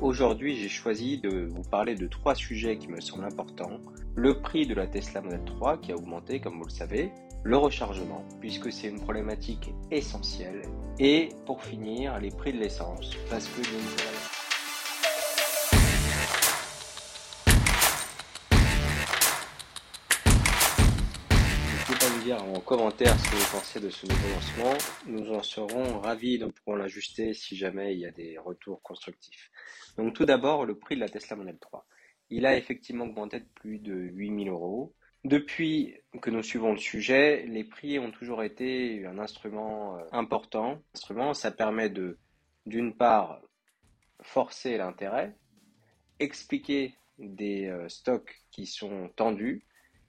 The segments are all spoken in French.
Aujourd'hui, j'ai choisi de vous parler de trois sujets qui me semblent importants. Le prix de la Tesla Model 3 qui a augmenté, comme vous le savez, le rechargement, puisque c'est une problématique essentielle, et pour finir, les prix de l'essence, parce que n'hésitez pas à me dire en commentaire ce que vous pensez de ce nouveau lancement. Nous en serons ravis, nous pourrons l'ajuster si jamais il y a des retours constructifs. Donc tout d'abord, le prix de la Tesla Model 3. Il a effectivement augmenté de plus de 8 000 euros. Depuis que nous suivons le sujet, les prix ont toujours été un instrument important. Ça permet d'une part, forcer l'intérêt, expliquer des stocks qui sont tendus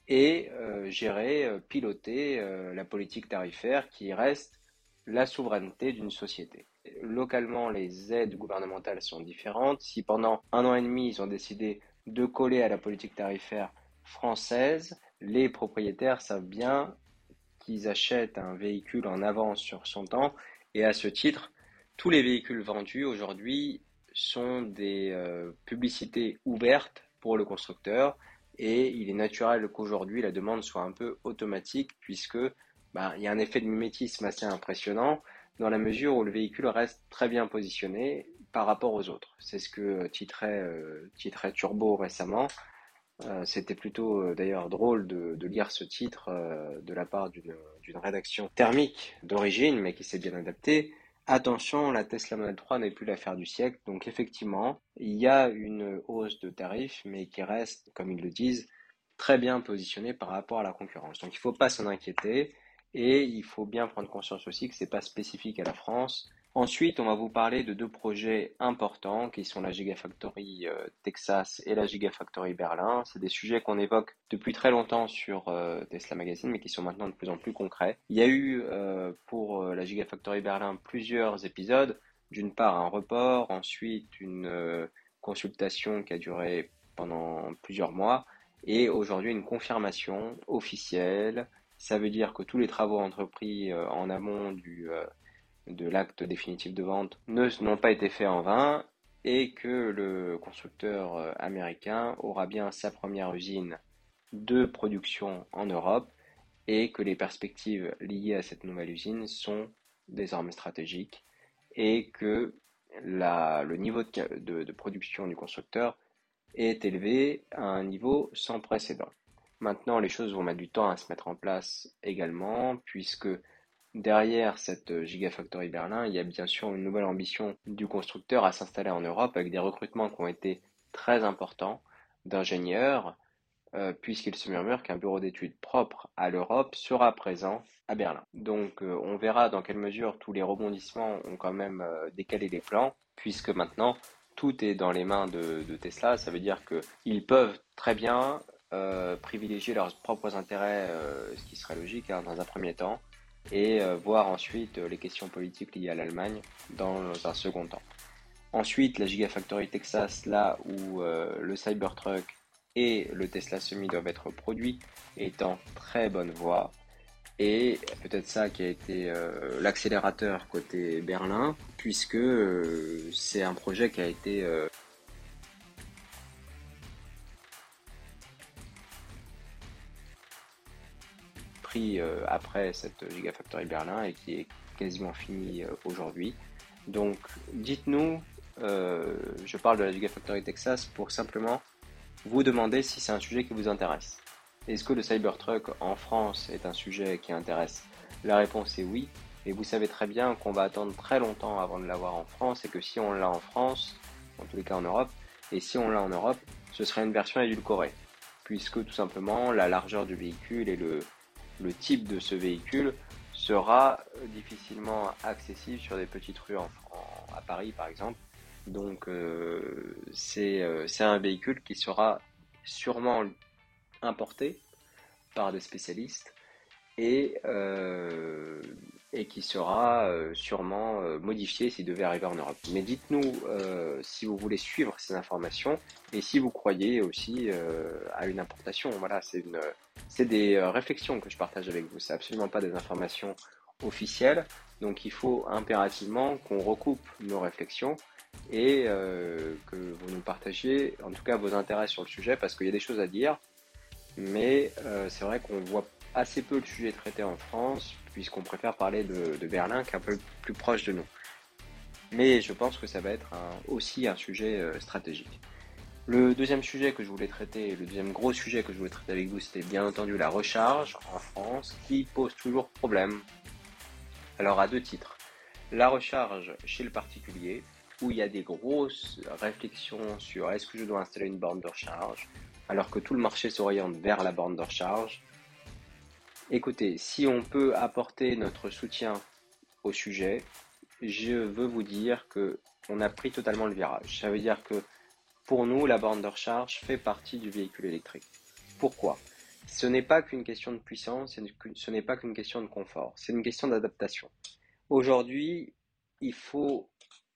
et gérer, piloter la politique tarifaire qui reste la souveraineté d'une société. Localement, les aides gouvernementales sont différentes. Si pendant 1 an et demi, ils ont décidé de coller à la politique tarifaire française, les propriétaires savent bien qu'ils achètent un véhicule en avance sur son temps, et à ce titre, tous les véhicules vendus aujourd'hui sont des publicités ouvertes pour le constructeur, et il est naturel qu'aujourd'hui la demande soit un peu automatique, puisque il y a un effet de mimétisme assez impressionnant dans la mesure où le véhicule reste très bien positionné par rapport aux autres. C'est ce que titrait Turbo récemment. C'était plutôt d'ailleurs drôle de lire ce titre de la part d'une rédaction thermique d'origine, mais qui s'est bien adaptée. Attention, la Tesla Model 3 n'est plus l'affaire du siècle, donc effectivement, il y a une hausse de tarifs, mais qui reste, comme ils le disent, très bien positionnée par rapport à la concurrence. Donc il ne faut pas s'en inquiéter, et il faut bien prendre conscience aussi que ce n'est pas spécifique à la France. Ensuite, on va vous parler de deux projets importants qui sont la Gigafactory Texas et la Gigafactory Berlin. C'est des sujets qu'on évoque depuis très longtemps sur Tesla Magazine, mais qui sont maintenant de plus en plus concrets. Il y a eu pour la Gigafactory Berlin plusieurs épisodes. D'une part un report, ensuite une consultation qui a duré pendant plusieurs mois, et aujourd'hui une confirmation officielle. Ça veut dire que tous les travaux entrepris en amont de l'acte définitif de vente n'ont pas été faits en vain, et que le constructeur américain aura bien sa première usine de production en Europe, et que les perspectives liées à cette nouvelle usine sont désormais stratégiques, et que le niveau de production du constructeur est élevé à un niveau sans précédent. Maintenant, les choses vont mettre du temps à se mettre en place également, puisque derrière cette Gigafactory Berlin, il y a bien sûr une nouvelle ambition du constructeur à s'installer en Europe, avec des recrutements qui ont été très importants d'ingénieurs, puisqu'il se murmure qu'un bureau d'études propre à l'Europe sera présent à Berlin. Donc on verra dans quelle mesure tous les rebondissements ont quand même décalé les plans, puisque maintenant tout est dans les mains de Tesla. Ça veut dire qu'ils peuvent très bien privilégier leurs propres intérêts, ce qui serait logique dans un premier temps, et voir ensuite les questions politiques liées à l'Allemagne dans un second temps. Ensuite, la Gigafactory Texas, là où le Cybertruck et le Tesla Semi doivent être produits, est en très bonne voie. Et peut-être ça qui a été l'accélérateur côté Berlin, puisque c'est un projet qui a été pris après cette Gigafactory Berlin, et qui est quasiment fini aujourd'hui. Donc dites-nous, je parle de la Gigafactory Texas pour simplement vous demander si c'est un sujet qui vous intéresse. Est-ce que le Cybertruck en France est un sujet qui intéresse? La réponse est oui, et vous savez très bien qu'on va attendre très longtemps avant de l'avoir en France, et que si on l'a en France, en tous les cas en Europe, et si on l'a en Europe, ce serait une version édulcorée, puisque tout simplement la largeur du véhicule et le type de ce véhicule sera difficilement accessible sur des petites rues à Paris par exemple. Donc c'est un véhicule qui sera sûrement importé par des spécialistes, et, qui sera sûrement modifié s'il devait arriver en Europe. Mais dites-nous si vous voulez suivre ces informations, et si vous croyez aussi à une importation. Voilà, c'est des réflexions que je partage avec vous. C'est absolument pas des informations officielles. Donc il faut impérativement qu'on recoupe nos réflexions, et que vous nous partagiez en tout cas vos intérêts sur le sujet parce qu'il y a des choses à dire, mais c'est vrai qu'on voit assez peu le sujet traité en France puisqu'on préfère parler de Berlin qui est un peu plus proche de nous. Mais je pense que ça va être aussi un sujet stratégique. Le deuxième sujet que je voulais traiter, le deuxième gros sujet que je voulais traiter avec vous, c'était bien entendu la recharge en France qui pose toujours problème. Alors à deux titres. La recharge chez le particulier, où il y a des grosses réflexions sur est-ce que je dois installer une borne de recharge, alors que tout le marché s'oriente vers la borne de recharge. Écoutez, si on peut apporter notre soutien au sujet, je veux vous dire que on a pris totalement le virage. Ça veut dire que pour nous, la borne de recharge fait partie du véhicule électrique. Pourquoi? Ce n'est pas qu'une question de puissance, ce n'est pas qu'une question de confort, c'est une question d'adaptation. Aujourd'hui, il faut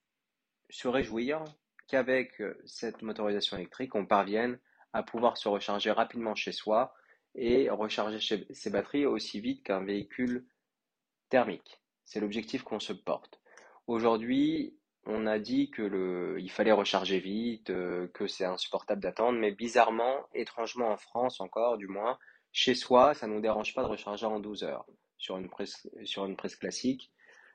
se réjouir qu'avec cette motorisation électrique, on parvienne à pouvoir se recharger rapidement chez soi et recharger ses batteries aussi vite qu'un véhicule thermique. C'est l'objectif qu'on se porte. Aujourd'hui, on a dit que il fallait recharger vite, que c'est insupportable d'attendre, mais bizarrement, étrangement en France encore, du moins, chez soi, ça ne nous dérange pas de recharger en 12 heures sur une prise classique.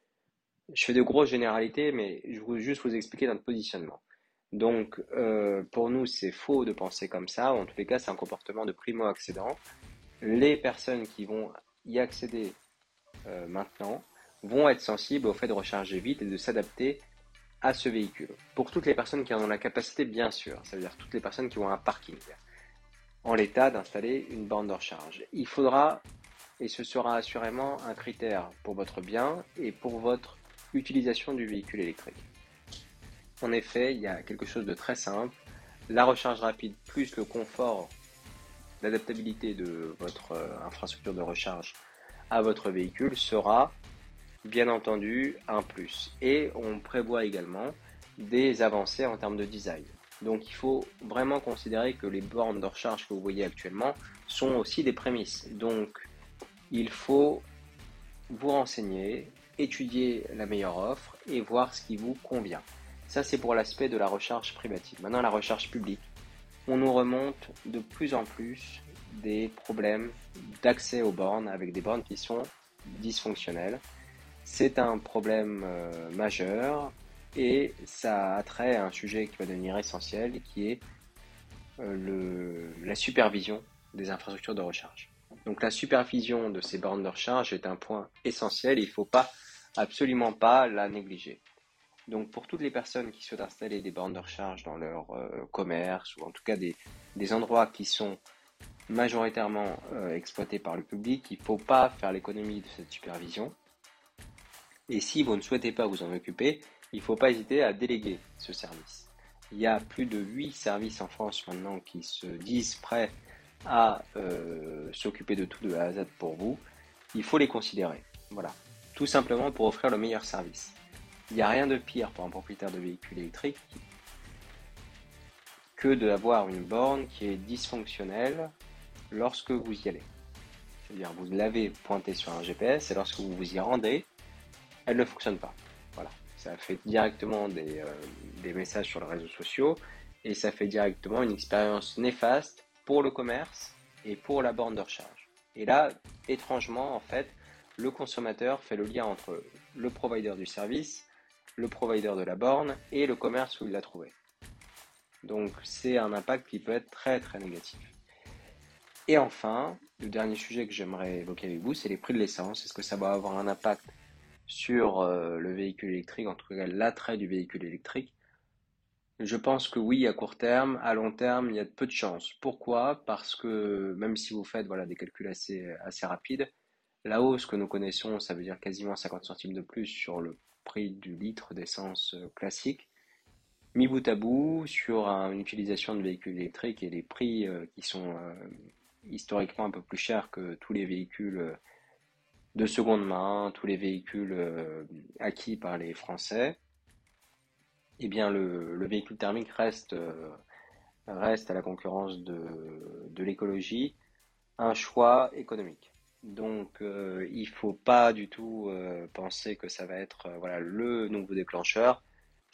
Je fais de grosses généralités, mais je veux juste vous expliquer notre positionnement. Donc, pour nous, c'est faux de penser comme ça. En tous les cas, c'est un comportement de primo-accédant. Les personnes qui vont y accéder maintenant vont être sensibles au fait de recharger vite et de s'adapter à ce véhicule. Pour toutes les personnes qui en ont la capacité, bien sûr, ça veut dire toutes les personnes qui ont un parking en l'état d'installer une borne de recharge. Il faudra, et ce sera assurément un critère pour votre bien et pour votre utilisation du véhicule électrique. En effet, il y a quelque chose de très simple. La recharge rapide plus le confort, l'adaptabilité de votre infrastructure de recharge à votre véhicule sera bien entendu un plus. Et on prévoit également des avancées en termes de design. Donc il faut vraiment considérer que les bornes de recharge que vous voyez actuellement sont aussi des prémices. Donc il faut vous renseigner, étudier la meilleure offre et voir ce qui vous convient. Ça, c'est pour l'aspect de la recharge privative. Maintenant, la recharge publique, on nous remonte de plus en plus des problèmes d'accès aux bornes avec des bornes qui sont dysfonctionnelles. C'est un problème majeur et ça a trait à un sujet qui va devenir essentiel qui est la supervision des infrastructures de recharge. Donc la supervision de ces bornes de recharge est un point essentiel et il ne faut absolument pas la négliger. Donc pour toutes les personnes qui souhaitent installer des bornes de recharge dans leur commerce ou en tout cas des endroits qui sont majoritairement exploités par le public, il ne faut pas faire l'économie de cette supervision. Et si vous ne souhaitez pas vous en occuper, il ne faut pas hésiter à déléguer ce service. Il y a plus de 8 services en France maintenant qui se disent prêts à s'occuper de tout de A à Z pour vous. Il faut les considérer. Voilà. Tout simplement pour offrir le meilleur service. Il n'y a rien de pire pour un propriétaire de véhicule électrique que d'avoir une borne qui est dysfonctionnelle lorsque vous y allez. C'est-à-dire vous l'avez pointé sur un GPS et lorsque vous vous y rendez, elle ne fonctionne pas. Voilà. Ça fait directement des messages sur les réseaux sociaux et ça fait directement une expérience néfaste pour le commerce et pour la borne de recharge. Et là, étrangement, en fait, le consommateur fait le lien entre le provider du service, le provider de la borne et le commerce où il l'a trouvé. Donc c'est un impact qui peut être très très négatif. Et enfin, le dernier sujet que j'aimerais évoquer avec vous, c'est les prix de l'essence. Est-ce que ça va avoir un impact sur le véhicule électrique, en tout cas l'attrait du véhicule électrique? Je pense que oui, à court terme. À long terme, il y a peu de chances. Pourquoi? Parce que même si vous faites voilà, des calculs assez rapides, la hausse que nous connaissons, ça veut dire quasiment 50 centimes de plus sur le prix du litre d'essence classique. Mis bout à bout, sur une utilisation de véhicules électriques et les prix qui sont historiquement un peu plus chers que tous les véhicules de seconde main, tous les véhicules acquis par les Français, eh bien le véhicule thermique reste à la concurrence de l'écologie un choix économique. Donc il faut pas du tout penser que ça va être voilà, le nouveau déclencheur.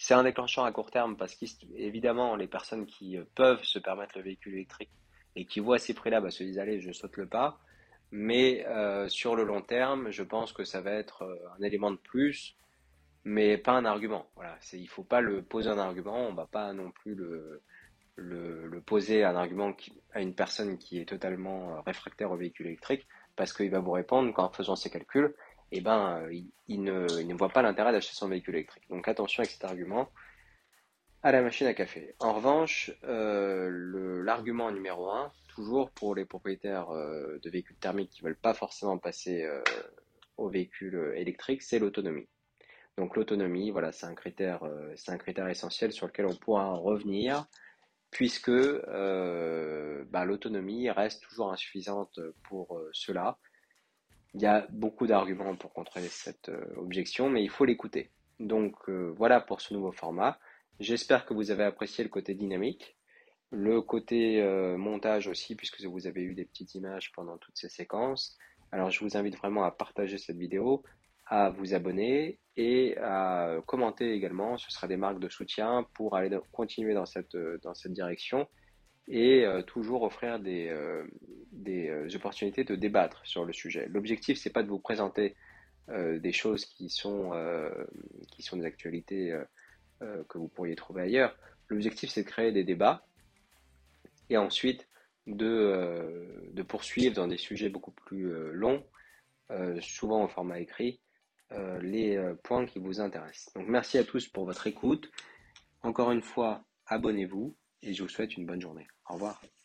C'est un déclencheur à court terme parce qu'évidemment, les personnes qui peuvent se permettre le véhicule électrique et qui voient ces prix-là, bah, se disent, allez, je saute le pas. Mais sur le long terme, je pense que ça va être un élément de plus, mais pas un argument. Voilà, il faut pas le poser un argument. On va pas non plus le poser un argument à une personne qui est totalement réfractaire au véhicule électrique, parce qu'il va vous répondre qu'en faisant ses calculs, eh ben, il ne voit pas l'intérêt d'acheter son véhicule électrique. Donc attention avec cet argument à la machine à café. En revanche, l'argument numéro un, toujours pour les propriétaires de véhicules thermiques qui veulent pas forcément passer aux véhicules électriques, c'est l'autonomie. Donc l'autonomie, voilà, c'est un critère essentiel sur lequel on pourra revenir, puisque bah, l'autonomie reste toujours insuffisante pour cela. Il y a beaucoup d'arguments pour contrer cette objection, mais il faut l'écouter. Donc voilà pour ce nouveau format. J'espère que vous avez apprécié le côté dynamique, le côté montage aussi, puisque vous avez eu des petites images pendant toutes ces séquences. Alors je vous invite vraiment à partager cette vidéo, à vous abonner et à commenter également. Ce sera des marques de soutien pour aller continuer dans cette direction et toujours offrir des opportunités de débattre sur le sujet. L'objectif, c'est pas de vous présenter des choses qui sont des actualités que vous pourriez trouver ailleurs. L'objectif, c'est de créer des débats et ensuite de poursuivre dans des sujets beaucoup plus longs, souvent au format écrit, les points qui vous intéressent. Donc merci à tous pour votre écoute. Encore une fois, abonnez-vous et je vous souhaite une bonne journée. Au revoir.